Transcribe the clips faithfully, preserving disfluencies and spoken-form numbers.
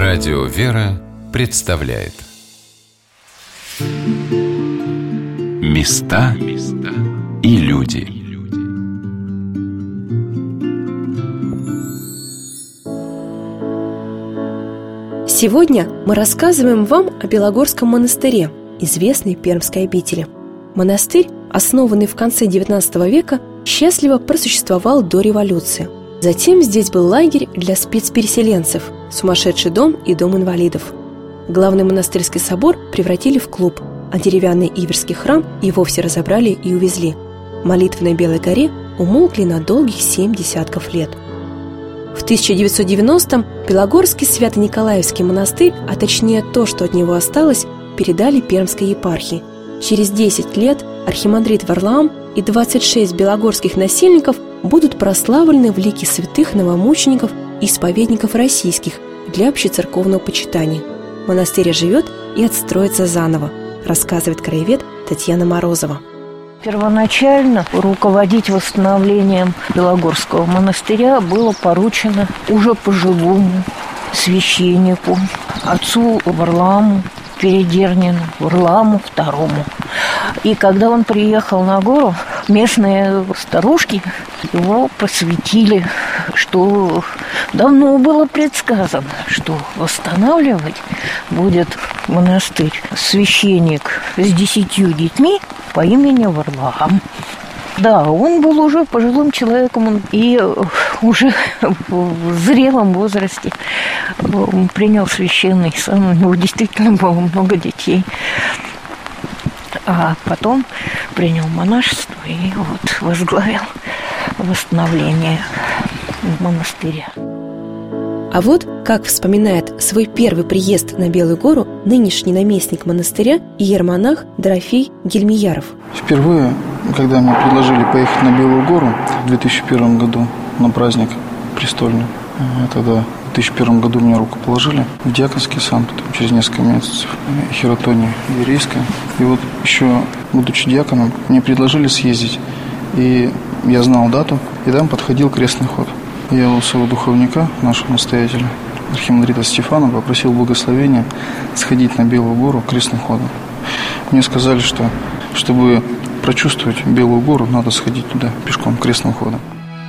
Радио «Вера» представляет Места и люди. Сегодня мы рассказываем вам о Белогорском монастыре, известной пермской обители. Монастырь, основанный в конце девятнадцатого века, счастливо просуществовал до революции. Затем здесь был лагерь для спецпереселенцев, сумасшедший дом и дом инвалидов. Главный монастырский собор превратили в клуб, а деревянный Иверский храм и вовсе разобрали и увезли. Молитвы на Белой горе умолкли на долгих семь десятков лет. В тысяча девятьсот девяностом Белогорский Свято-Николаевский монастырь, а точнее то, что от него осталось, передали Пермской епархии. Через десять лет архимандрит Варлаам и двадцать шесть белогорских насельников будут прославлены в лике святых новомучеников и исповедников российских для общецерковного почитания. Монастырь живет и отстроится заново, рассказывает краевед Татьяна Морозова. Первоначально руководить восстановлением Белогорского монастыря было поручено уже пожилому священнику, отцу Варламу Передернину, Варламу второму. И когда он приехал на гору, местные старушки его просветили, что давно было предсказано, что восстанавливать будет монастырь священник с десятью детьми по имени Варлаам. Да, он был уже пожилым человеком и уже в зрелом возрасте принял священный сан. У него действительно было много детей. А потом принял монашество и вот возглавил восстановление монастыря. А вот как вспоминает свой первый приезд на Белую гору нынешний наместник монастыря и иеромонах Дорофей Гельмияров. Впервые, когда мне предложили поехать на Белую гору в две тысячи первом году на праздник престольный, тогда в две тысячи первом году мне руку положили в диаконский сан, потом через несколько месяцев хиротония еврейская. И вот еще, будучи диаконом, мне предложили съездить. И я знал дату, и там подходил крестный ход. Я у своего духовника, нашего настоятеля, архимандрита Стефана, попросил благословения сходить на Белую гору крестным ходом. Мне сказали, что чтобы прочувствовать Белую гору, надо сходить туда пешком, крестным ходом.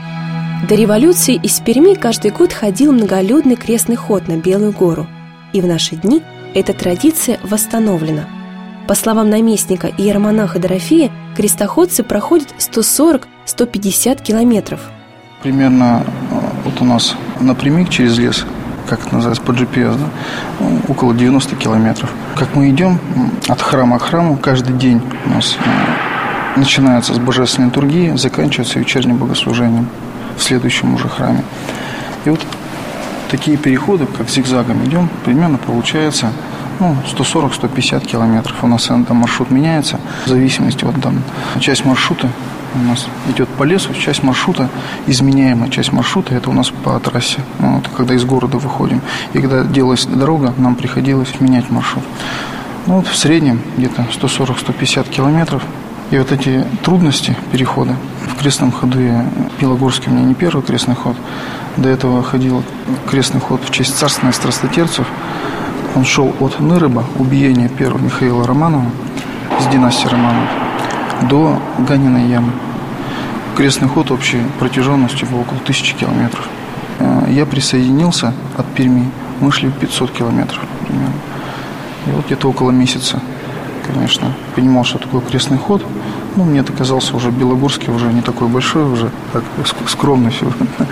До революции из Перми каждый год ходил многолюдный крестный ход на Белую гору. И в наши дни эта традиция восстановлена. По словам наместника и иеромонаха Дорофея, крестоходцы проходят сто сорок - сто пятьдесят километров. Примерно вот у нас напрямик через лес, как это называется, по джи пи эс, да, около девяносто километров. Как мы идем от храма к храму, каждый день у нас начинается с божественной литургии, заканчивается вечерним богослужением в следующем уже храме. И вот такие переходы, как зигзагом идем, примерно получается ну, сто сорок - сто пятьдесят километров. У нас там маршрут меняется в зависимости от там, часть маршрута у нас идет по лесу, часть маршрута изменяемая, часть маршрута это у нас по трассе, вот, когда из города выходим. И когда делалась дорога, нам приходилось менять маршрут. Ну, вот в среднем где-то сто сорок - сто пятьдесят километров. И вот эти трудности перехода. В крестном ходу я, Белогорский у меня не первый крестный ход. До этого ходил крестный ход в честь царственных страстотерцев. Он шел от Нырыба, убиения первого Михаила Романова из династии Романовых, до Ганиной ямы. Крестный ход общей протяженностью был около тысячи километров. Я присоединился от Перми, мы шли пятьсот километров примерно. И вот где-то около месяца, конечно, понимал, что такое крестный ход. Ну, мне это казался уже Белогорский, уже не такой большой, уже так скромный все.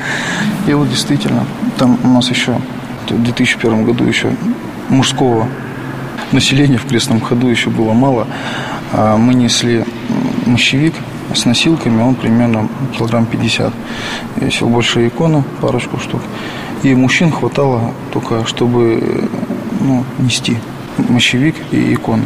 И вот действительно, там у нас еще в две тысячи первом году еще мужского населения в крестном ходу еще было мало. Мы несли мощевик с носилками, он примерно килограмм пятьдесят. Весил большая икона, парочку штук. И мужчин хватало только, чтобы ну, нести мощевик и иконы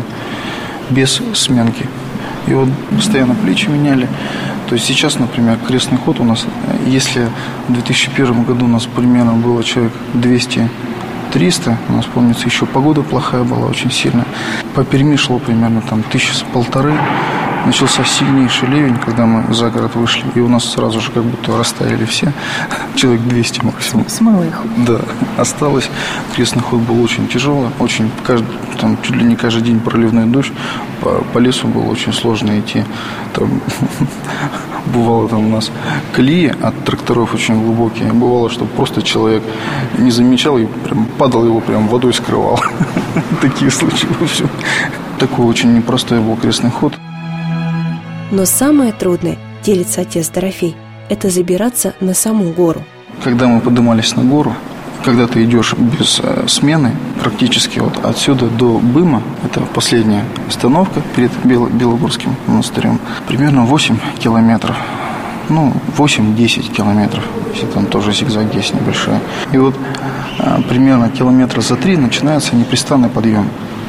без сменки. И вот постоянно плечи меняли. То есть сейчас, например, крестный ход у нас, если в две тысячи первом году у нас примерно было человек двести триста, у нас, помнится, еще погода плохая была очень сильно. По Перми шло примерно там тысячи с полторы, начался сильнейший ливень, когда мы за город вышли, и у нас сразу же как будто растаяли все, человек двести максимум. Смыло их. Да, осталось. Крестный ход был очень тяжелый, очень, каждый, там, чуть ли не каждый день проливной дождь, по, по лесу было очень сложно идти. Там, бывало там у нас колеи от тракторов очень глубокие, бывало, что просто человек не замечал и прям падал, его прям водой скрывал. Такие случаи все. Такой очень непростой был крестный ход. Но самое трудное, делится отец Дорофей, это забираться на саму гору. Когда мы поднимались на гору, когда ты идешь без э, смены, практически вот отсюда до Быма, это последняя остановка перед Бел- Белогорским монастырем, примерно восемь километров. Ну, восемь-десять километров, если там тоже зигзаг есть небольшой. И вот э, примерно километра за три начинается непрестанный подъем.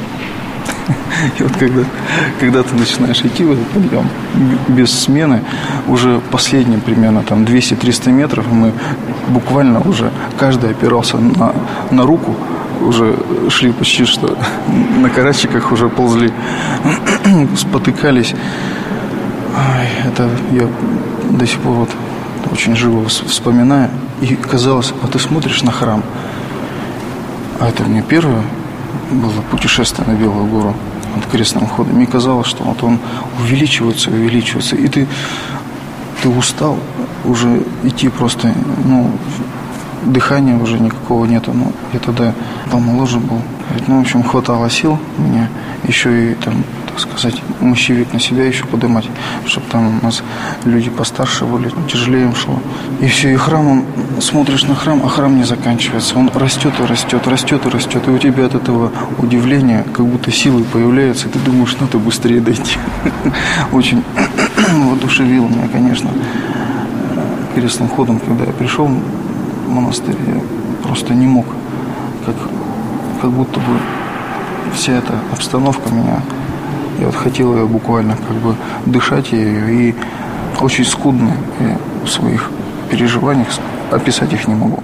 И вот когда, когда ты начинаешь идти в этот подъем без смены, уже последние примерно там двести-триста метров мы буквально уже каждый опирался на, на руку, уже шли почти что на карачиках уже ползли, спотыкались. Ой, это я до сих пор вот очень живо вспоминаю. И казалось, а ты смотришь на храм, а это у меня первое было путешествие на Белую гору от крестным ходом. Мне казалось, что вот он увеличивается, увеличивается. И ты, ты устал уже идти просто, ну, дыхания уже никакого нету. Ну, я тогда помоложе был. Ну, в общем, хватало сил мне еще и там, так сказать, мощевик на себя еще поднимать, чтобы там у нас люди постарше были, тяжелее им шло. И все, и храм, он, смотришь на храм, а храм не заканчивается. Он растет и растет, растет и растет. И у тебя от этого удивления как будто силы появляются, и ты думаешь, надо быстрее дойти. Очень воодушевило меня, конечно, крестным ходом, когда я пришел в монастырь, я просто не мог, как, как будто бы вся эта обстановка меня, я вот хотел ее буквально как бы дышать ею, и очень скудно я в своих переживаниях, описать их не могу.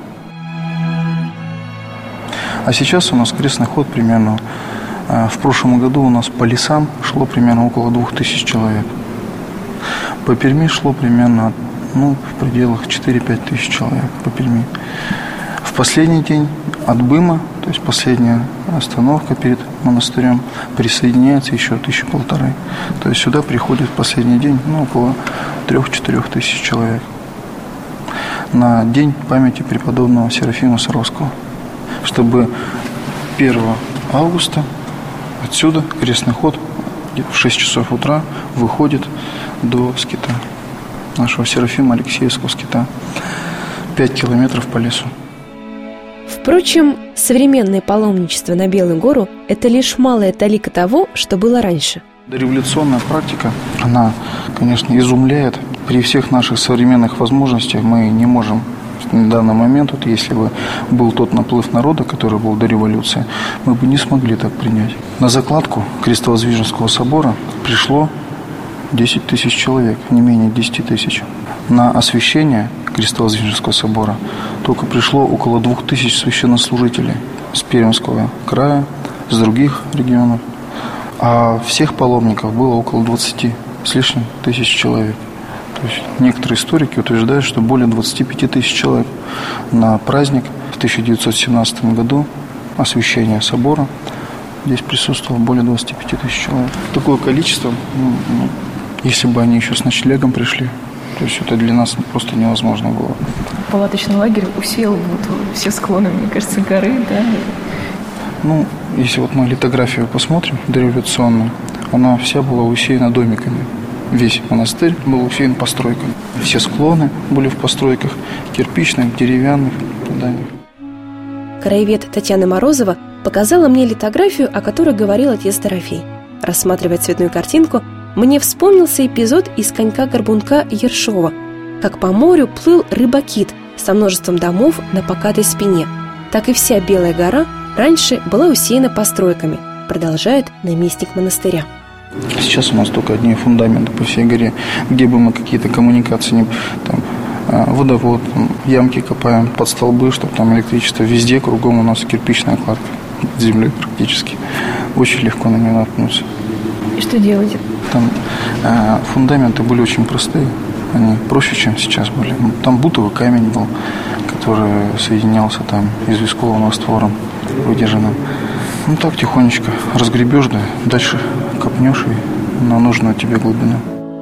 А сейчас у нас крестный ход примерно, в прошлом году у нас по лесам шло примерно около двух тысяч человек. По Перми шло примерно, ну, в пределах четыре-пять тысяч человек по Перми. В последний день от Быма, то есть последняя остановка перед монастырем, присоединяется еще тысячи полторы. То есть сюда приходит в последний день, ну, около трех-четырех тысяч человек на день памяти преподобного Серафима Саровского, чтобы первого августа отсюда крестный ход в шесть часов утра выходит до скита, нашего Серафима Алексеевского скита, пять километров по лесу. Впрочем, современное паломничество на Белую гору – это лишь малая талика того, что было раньше. Дореволюционная практика, она, конечно, изумляет. При всех наших современных возможностях мы не можем на данный момент, вот если бы был тот наплыв народа, который был до революции, мы бы не смогли так принять. На закладку Крестовоздвиженского собора пришло десять тысяч человек, не менее десять тысяч. На освящение Крестовоздвиженского собора только пришло около двух тысяч священнослужителей с Пермского края, с других регионов. А всех паломников было около двадцати с лишним тысяч человек. То есть некоторые историки утверждают, что более двадцати пяти тысяч человек на праздник в тысяча девятьсот семнадцатом году освящения собора здесь присутствовало более двадцати пяти тысяч человек. Такое количество, ну, если бы они еще с ночлегом пришли, то есть это для нас просто невозможно было. Палаточный лагерь усеял вот все склоны, мне кажется, горы, да? Ну, если вот мы литографию посмотрим, дореволюционную, она вся была усеяна домиками. Весь монастырь был усеян постройками. Все склоны были в постройках кирпичных, деревянных зданиях. Краевед Татьяна Морозова показала мне литографию, о которой говорил отец Дорофей. Рассматривая цветную картинку, мне вспомнился эпизод из «Конька-горбунка» Ершова, как по морю плыл рыба-кит со множеством домов на покатой спине. Так и вся Белая гора раньше была усеяна постройками, продолжает наместник монастыря. Сейчас у нас только одни фундаменты по всей горе, где бы мы какие-то коммуникации, не, там, водовод, там, ямки копаем под столбы, чтобы там электричество, везде кругом у нас кирпичная кладка с землей практически. Очень легко на нее наткнуться. И что делаете? Там э, фундаменты были очень простые, они проще, чем сейчас были. Там бутовый камень был, который соединялся там известковым раствором выдержанным. Ну так тихонечко разгребешь, да, дальше копнешь и на нужную тебе глубину.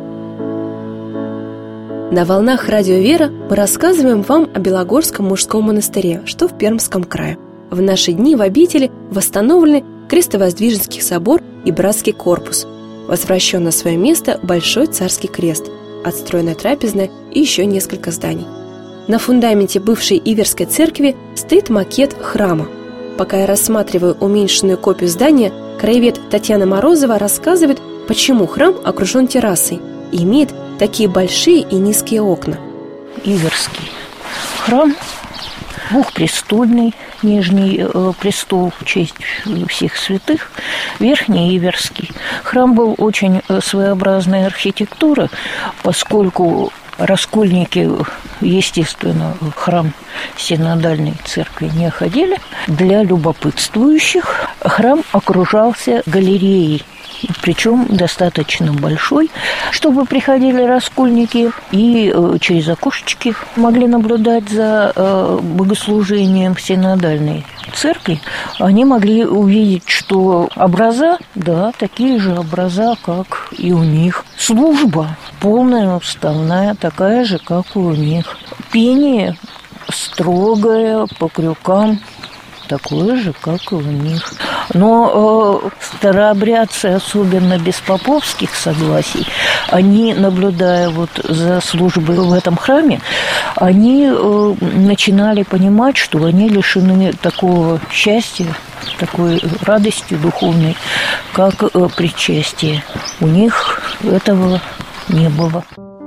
На волнах радио «Вера» мы рассказываем вам о Белогорском мужском монастыре, что в Пермском крае. В наши дни в обители восстановлены Крестовоздвиженский собор и братский корпус. Возвращен на свое место Большой Царский крест, отстроена трапезная и еще несколько зданий. На фундаменте бывшей Иверской церкви стоит макет храма. Пока я рассматриваю уменьшенную копию здания, краевед Татьяна Морозова рассказывает, почему храм окружен террасой и имеет такие большие и низкие окна. Иверский храм двухпрестольный, нижний э, престол в честь всех святых, верхний Иверский. Храм был очень своеобразной архитектуры, поскольку раскольники, естественно, в храм синодальной церкви не ходили. Для любопытствующих храм окружался галереей, причем достаточно большой, чтобы приходили раскольники и через окошечки могли наблюдать за богослужением в синодальной церкви. Они могли увидеть, что образа, да, такие же образа, как и у них. Служба полная, уставная, такая же, как и у них. Пение строгое, по крюкам, такое же, как и у них. Но э, старообрядцы, особенно без поповских согласий, они, наблюдая вот за службой в этом храме, они э, начинали понимать, что они лишены такого счастья, такой радости духовной, как э, причастие. У них этого не было.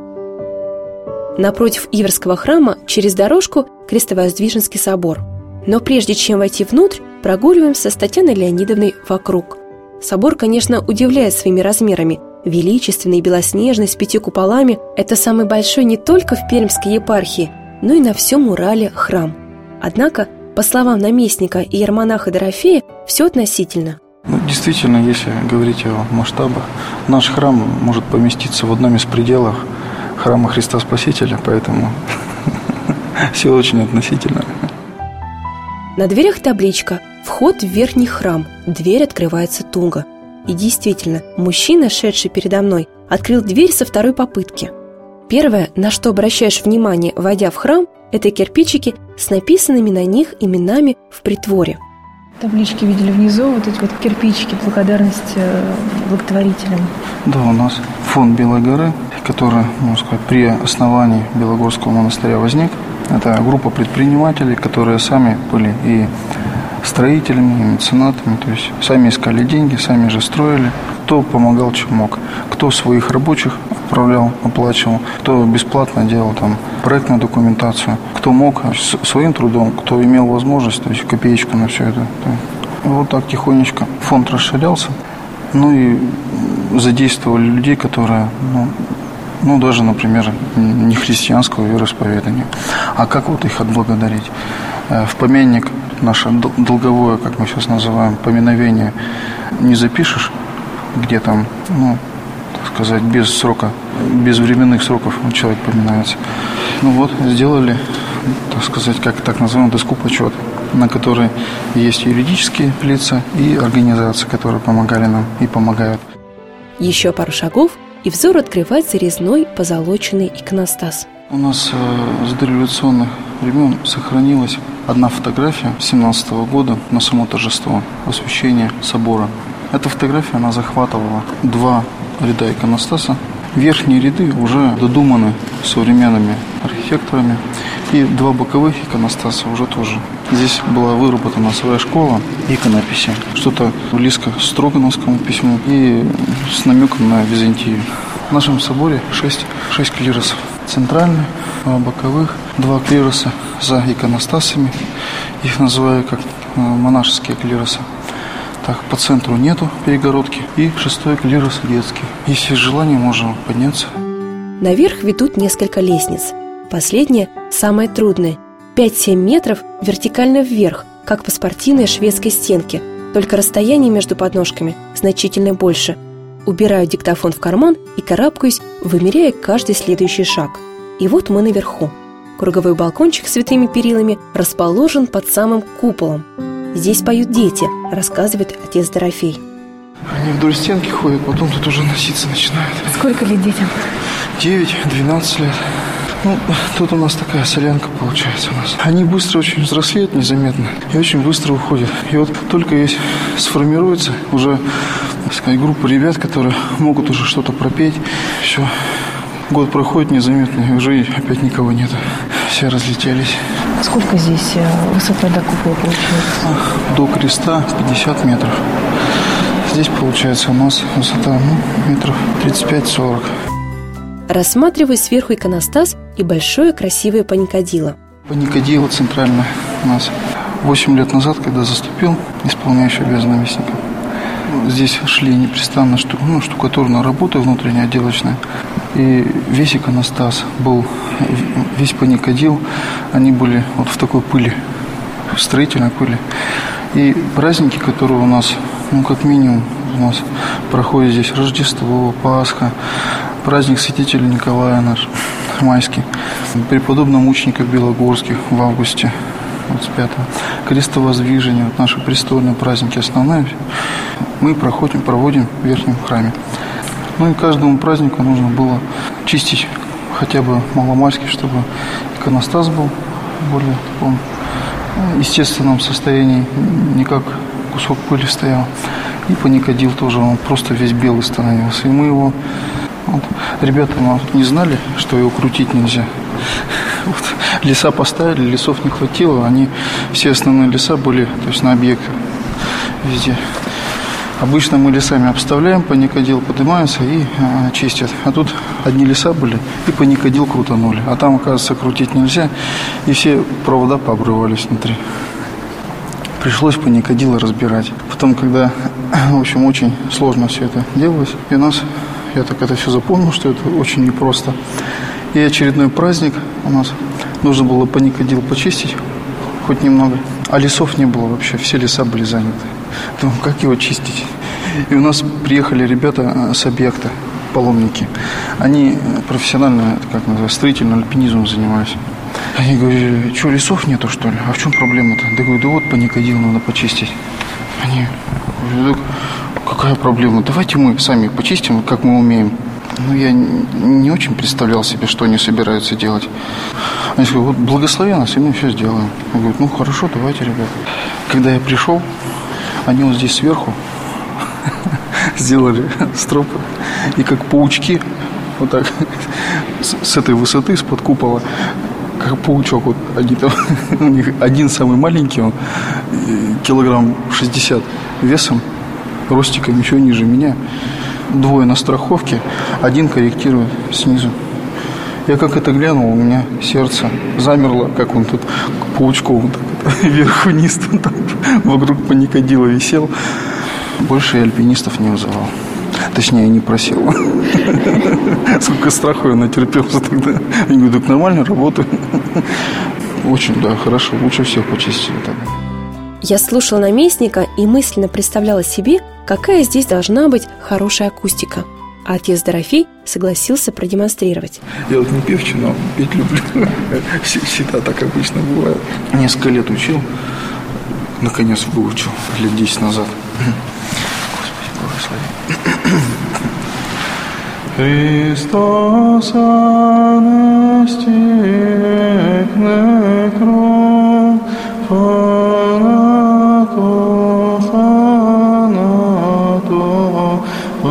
Напротив Иверского храма через дорожку Крестовоздвиженский собор. Но прежде чем войти внутрь, прогуливаемся с Татьяной Леонидовной вокруг. Собор, конечно, удивляет своими размерами. Величественный, белоснежный, с пятью куполами – это самый большой не только в Пермской епархии, но и на всем Урале храм. Однако, по словам наместника и иеромонаха Дорофея, все относительно. Ну, действительно, если говорить о масштабах, наш храм может поместиться в одном из пределов храма Христа Спасителя, поэтому все очень относительно. На дверях табличка «Вход в верхний храм. Дверь открывается туго». И действительно, мужчина, шедший передо мной, открыл дверь со второй попытки. Первое, на что обращаешь внимание, войдя в храм, это кирпичики с написанными на них именами в притворе. Таблички видели внизу, вот эти вот кирпичики, благодарность благотворителям. Да, у нас фонд Белой горы, который, можно сказать, при основании Белогорского монастыря возник. Это группа предпринимателей, которые сами были и строителями, и меценатами, то есть сами искали деньги, сами же строили. Кто помогал, чем мог. Кто своих рабочих отправлял, оплачивал, кто бесплатно делал там проектную документацию, кто мог своим трудом, кто имел возможность, то есть копеечку на все это. Вот так тихонечко фонд расширялся. Ну и задействовали людей, которые, ну, ну даже, например, не христианского вероисповедания. А как вот их отблагодарить? В поминник наше долговое, как мы сейчас называем, поминовение не запишешь, где там, ну, так сказать, без срока, без временных сроков человек поминается. Ну вот, сделали, так сказать, как так называемый доску почета, на которой есть юридические лица и организации, которые помогали нам и помогают. Еще пару шагов, и взору открывается резной позолоченный иконостас. У нас э, с дореволюционных времен сохранилась одна фотография семнадцатого года на само торжество освящения собора. Эта фотография, она захватывала два ряда иконостаса. Верхние ряды уже додуманы современными архитекторами. И два боковых иконостаса уже тоже. Здесь была выработана своя школа иконописи. Что-то близко к Строгановскому письму и с намеком на Византию. В нашем соборе шесть, шесть клиросов. Центральный, два боковых, два клироса за иконостасами. Их называю как монашеские клиросы. Так, по центру нету перегородки. И шестой клирос детский. Если есть желание, можно подняться. Наверх ведут несколько лестниц. Последняя самая трудная. пять-семь метров вертикально вверх, как по спортивной шведской стенке. Только расстояние между подножками значительно больше. Убираю диктофон в карман и карабкаюсь, вымеряя каждый следующий шаг. И вот мы наверху. Круговой балкончик с витыми перилами расположен под самым куполом. Здесь поют дети, рассказывает отец Дорофей. Они вдоль стенки ходят, потом тут уже носиться начинают. Сколько лет детям? девять-двенадцать лет. Ну, тут у нас такая солянка получается у нас. Они быстро очень взрослеют, незаметно, и очень быстро уходят. И вот только есть сформируется уже, так сказать, группа ребят, которые могут уже что-то пропеть. Все. Год проходит незаметно, и уже опять никого нет. Все разлетелись. Сколько здесь высота до купола получается? До креста пятьдесят метров. Здесь, получается, у нас высота ну, метров тридцать пять-сорок. Рассматриваю сверху иконостас и большое красивое паникадило. Паникадило центральное у нас восемь лет назад, когда заступил исполняющий обязанности наместника. Здесь шли непрестанно шту, ну, штукатурная работа внутренняя, отделочная. И весь иконостас был, весь паникадил, они были вот в такой пыли, в строительной пыли. И праздники, которые у нас, ну, как минимум, у нас проходят здесь Рождество, Пасха, праздник святителя Николая наш, майский, преподобно-мучеников Белогорских в августе двадцать пятого, крестовоздвижение, вот наши престольные праздники основные, мы проходим, проводим в верхнем храме. Ну и каждому празднику нужно было чистить хотя бы маломальски, чтобы иконостас был в более таком естественном состоянии, не как кусок пыли стоял. И паникадил тоже, он просто весь белый становился. И мы его... Вот, ребята не знали, что его крутить нельзя. Вот, леса поставили, лесов не хватило. Они, все основные леса были, то есть на объектах везде. Обычно мы лесами обставляем, паникадил поднимается и а, чистят. А тут одни леса были, и паникадил крутанули. А там, оказывается, крутить нельзя. И все провода пообрывались внутри. Пришлось паникадило разбирать. Потом, когда, в общем, очень сложно все это делалось, и у нас, я так это все запомнил, что это очень непросто. И очередной праздник у нас, нужно было паникадил почистить, хоть немного. А лесов не было вообще, все леса были заняты. Думаю, как его чистить? И у нас приехали ребята с объекта, паломники. Они профессионально, как называется, строительным альпинизмом занимались. Они говорили, что, лесов нету, что ли? А в чем проблема-то? Да говорю, да вот паникадил надо почистить. Они говорят, да какая проблема? Давайте мы сами почистим, как мы умеем. Ну, я не очень представлял себе, что они собираются делать. Они сказали, вот благослови нас, и мы все сделаем. Я говорю, ну, хорошо, давайте, ребята. Когда я пришел, они вот здесь сверху сделали стропы. И как паучки, вот так, с этой высоты, из-под купола, как паучок, вот они там, у них один самый маленький, он килограмм шестьдесят весом, ростиком еще ниже меня, двое на страховке, один корректирует снизу. Я как это глянул, у меня сердце замерло, как он тут паучком вот так, вверх-вниз там, вокруг паникадила висел. Больше я альпинистов не вызывал. Точнее, не просил. Сколько страху я натерпелся тогда. Они говорят, так нормально, работаю. Очень, да, хорошо. Лучше всех почистили тогда. Я слушала наместника и мысленно представляла себе, какая здесь должна быть хорошая акустика. А отец Дорофей согласился продемонстрировать. Я вот не певчий, но петь люблю. Всегда так обычно бывает. Несколько лет учил. Наконец выучил. Лет десять назад. Христос анестик некрон фанато фанато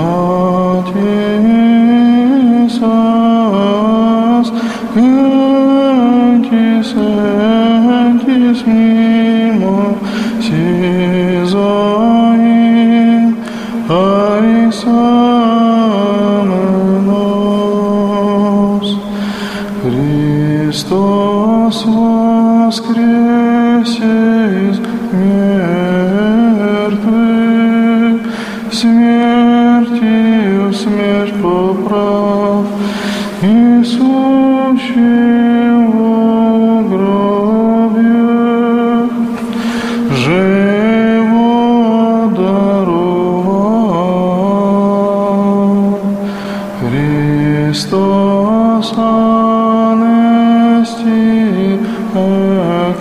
патисас кентис энтис мимо сизаин арисаменос Христос воскресе из мертвых, смертью смерть поправ, и сущим в гробе живо даровав.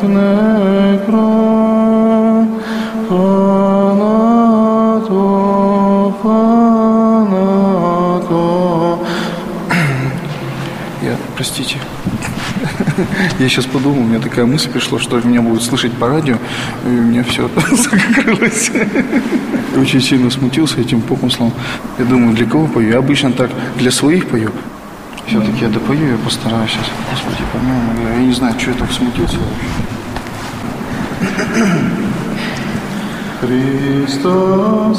Я, простите. Я сейчас подумал, у меня такая мысль пришла, что меня будут слышать по радио, и у меня все закрылось. Я очень сильно смутился этим помыслом. Я думаю, для кого пою? Я обычно так для своих пою. Все-таки я допою, я постараюсь сейчас. Господи, помимо, я не знаю, что я так смутился вообще. Христос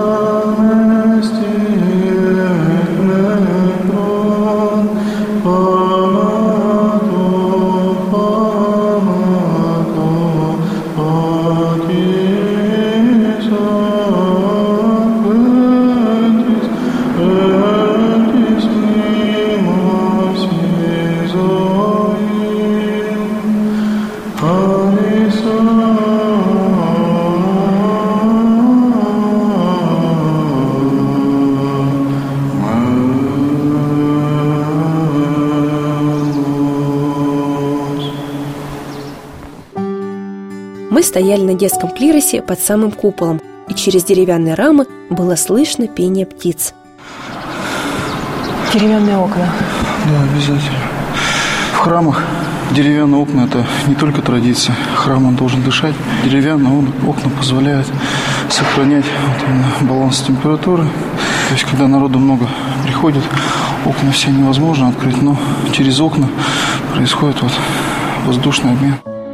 Мы стояли на детском клиросе под самым куполом, и через деревянные рамы было слышно пение птиц. Деревянные окна. Да, обязательно. В храмах деревянные окна – это не только традиция. Храм он должен дышать. Деревянные окна позволяют сохранять вот именно баланс температуры. То есть, когда народу много приходит, окна все невозможно открыть, но через окна происходит вот воздушный обмен.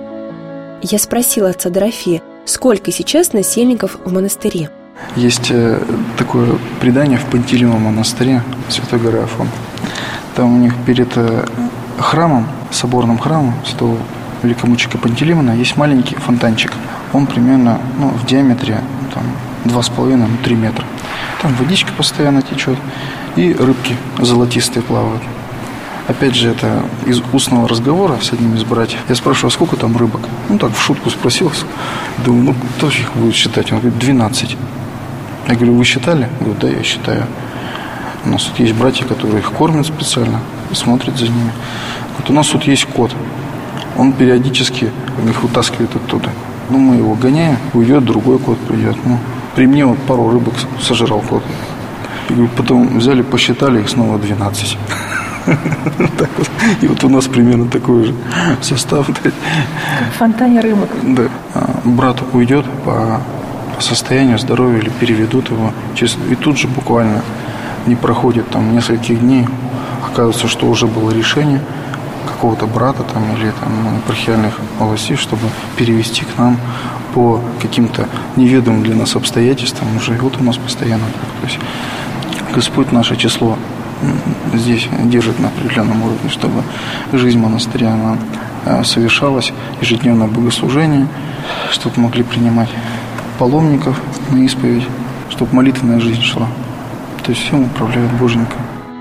Я спросила отца Дорофея, сколько сейчас насельников в монастыре. Есть такое предание в Пантелеймоновом монастыре, Святой горы Афон. Там у них перед храмом, соборным храмом святого великомученика Пантелеймона есть маленький фонтанчик. Он примерно ну, в диаметре там, два с половиной - три метра. Там водичка постоянно течет, и рыбки золотистые плавают. Опять же, это из устного разговора с одним из братьев. Я спрашиваю, а сколько там рыбок? Ну, так, в шутку спросил. Думаю, ну, кто же их будет считать? Он говорит, двенадцать. Я говорю, вы считали? Я говорю, да, я считаю. У нас тут есть братья, которые их кормят специально, смотрят за ними. Вот у нас тут есть кот. Он периодически их вытаскивает оттуда. Ну, мы его гоняем, уйдет, другой кот придет. Ну, при мне вот пару рыбок сожрал кот. И говорю, потом взяли, посчитали, их снова двенадцать. Так вот. И вот у нас примерно такой же состав. Как в фонтане рыбок. Да. Брат уйдет по состоянию здоровья или переведут его. И тут же буквально не проходит там нескольких дней. Оказывается, что уже было решение какого-то брата там, или там, епархиальных властей, чтобы перевести к нам по каким-то неведомым для нас обстоятельствам. Уже и вот у нас постоянно. То есть Господь наше число здесь держит на определенном уровне, чтобы жизнь монастыря она совершалась, ежедневное богослужение, чтобы могли принимать паломников на исповедь, чтобы молитвенная жизнь шла. То есть всем управляет Боженька.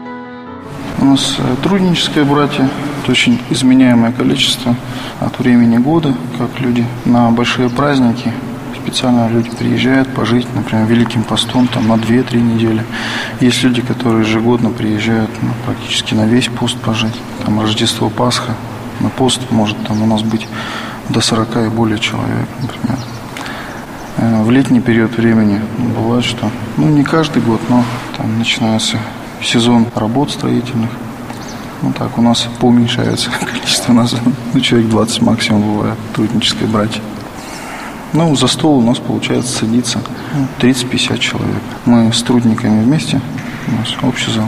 У нас трудническое братья, это очень изменяемое количество от времени года, как люди на большие праздники. Специально люди приезжают пожить, например, Великим постом там, на две-три недели. Есть люди, которые ежегодно приезжают ну, практически на весь пост пожить. Там Рождество, Пасха, на пост может там у нас быть до сорока и более человек, например. В летний период времени ну, бывает, что ну, не каждый год, но там начинается сезон работ строительных. Ну так, у нас поуменьшается количество, у нас ну, человек двадцать максимум бывает, трудническое братья. Ну, за стол у нас получается садиться тридцать-пятьдесят человек. Мы с трудниками вместе, у нас общий зал.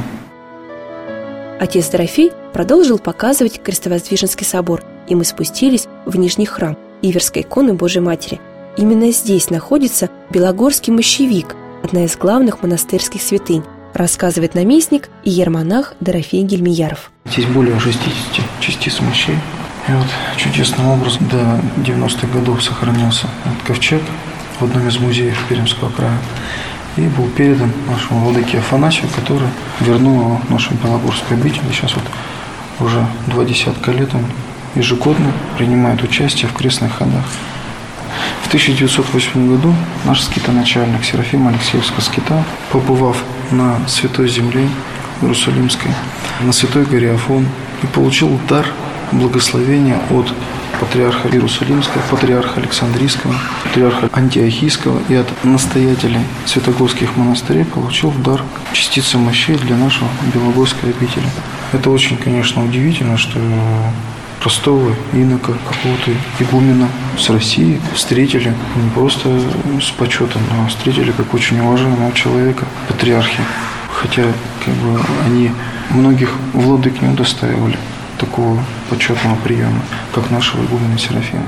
Отец Дорофей продолжил показывать Крестовоздвиженский собор, и мы спустились в Нижний храм Иверской иконы Божьей Матери. Именно здесь находится Белогорский мощевик, одна из главных монастырских святынь, рассказывает наместник и иеромонах Дорофей Гельмияров. Здесь более шестидесяти частиц мощей. И вот чудесным образом до девяностых годов сохранился этот ковчег в одном из музеев Пермского края. И был передан нашему владыке Афанасию, который вернул его в нашу Белогорскую обитель. Сейчас вот уже два десятка лет он ежегодно принимает участие в крестных ходах. В тысяча девятьсот восьмом году наш скитоначальник Серафим Алексеевского скита, побывав на Святой Земле Иерусалимской, на Святой горе Афон, и получил дар благословения от патриарха Иерусалимского, патриарха Александрийского, патриарха Антиохийского и от настоятелей святогорских монастырей получил в дар частицы мощей для нашего Белогорской обители. Это очень, конечно, удивительно, что простого инока, какого-то игумена с России встретили не просто с почетом, но встретили как очень уважаемого человека, патриархи. Хотя как бы, они многих владык не удостаивали такого почетного приема, как нашего игумена Серафима.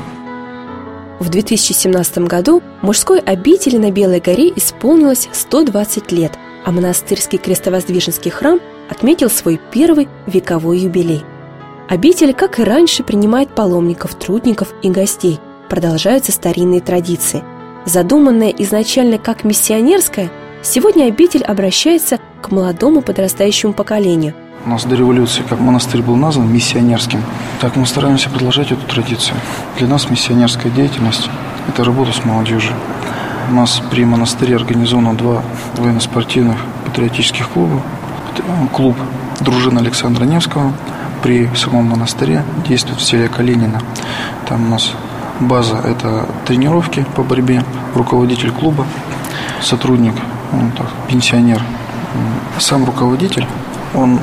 В две тысячи семнадцатом году мужской обители на Белой горе исполнилось сто двадцать лет, а монастырский крестовоздвиженский храм отметил свой первый вековой юбилей. Обитель, как и раньше, принимает паломников, трудников и гостей. Продолжаются старинные традиции. Задуманная изначально как миссионерская, сегодня обитель обращается к молодому подрастающему поколению. У нас до революции, как монастырь был назван миссионерским, так мы стараемся продолжать эту традицию. Для нас миссионерская деятельность – это работа с молодежью. У нас при монастыре организовано два военно-спортивных патриотических клуба. Клуб «Дружина» Александра Невского при самом монастыре действует в селе Калинина. Там у нас база – это тренировки по борьбе, руководитель клуба, сотрудник, ну, так, пенсионер. Сам руководитель, он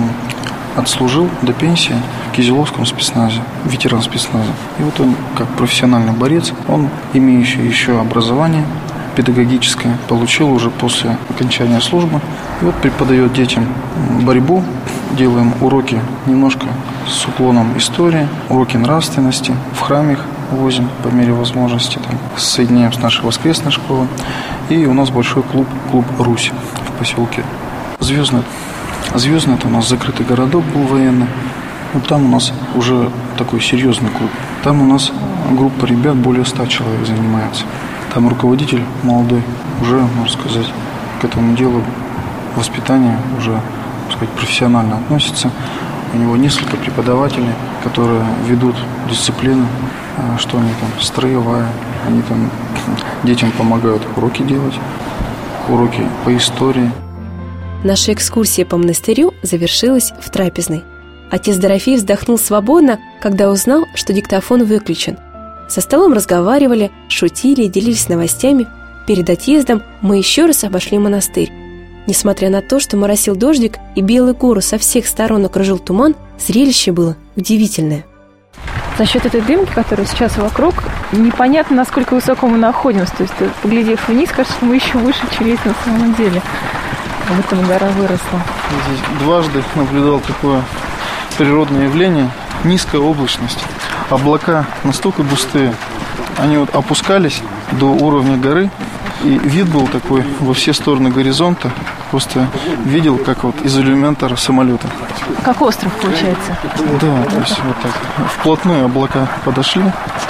отслужил до пенсии в Кизиловском спецназе, ветеран спецназа. И вот он, как профессиональный борец, он, имеющий еще образование педагогическое, получил уже после окончания службы. И вот преподает детям борьбу, делаем уроки немножко с уклоном истории, уроки нравственности, в храме их возим по мере возможности, там, соединяем с нашей воскресной школой. И у нас большой клуб, клуб «Русь» в поселке Звездный. Звездный – это у нас закрытый городок был военный. Вот там у нас уже такой серьезный клуб. Там у нас группа ребят, более ста человек занимается. Там руководитель молодой уже, можно сказать, к этому делу воспитания уже, можно сказать, профессионально относится. У него несколько преподавателей, которые ведут дисциплину, что они там, строевая, они там детям помогают уроки делать, уроки по истории. Наша экскурсия по монастырю завершилась в трапезной. Отец Дорофей вздохнул свободно, когда узнал, что диктофон выключен. За столом разговаривали, шутили и делились новостями. Перед отъездом мы еще раз обошли монастырь. Несмотря на то, что моросил дождик и Белую гору со всех сторон окружил туман, зрелище было удивительное. За счет этой дымки, которая сейчас вокруг, непонятно, насколько высоко мы находимся. То есть, поглядев вниз, кажется, что мы еще выше, чем есть на самом деле. В этом гора выросла. Здесь дважды наблюдал такое природное явление – низкая облачность. Облака настолько густые, они вот опускались до уровня горы, и вид был такой во все стороны горизонта. Просто видел, как вот из иллюминатора самолета. Как остров получается. Да, то есть вот так. Вплотную облака подошли,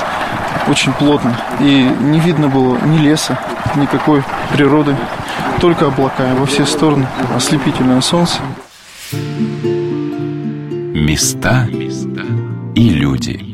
очень плотно. И не видно было ни леса, никакой природы, только облака. И во все стороны ослепительное солнце. Места и люди.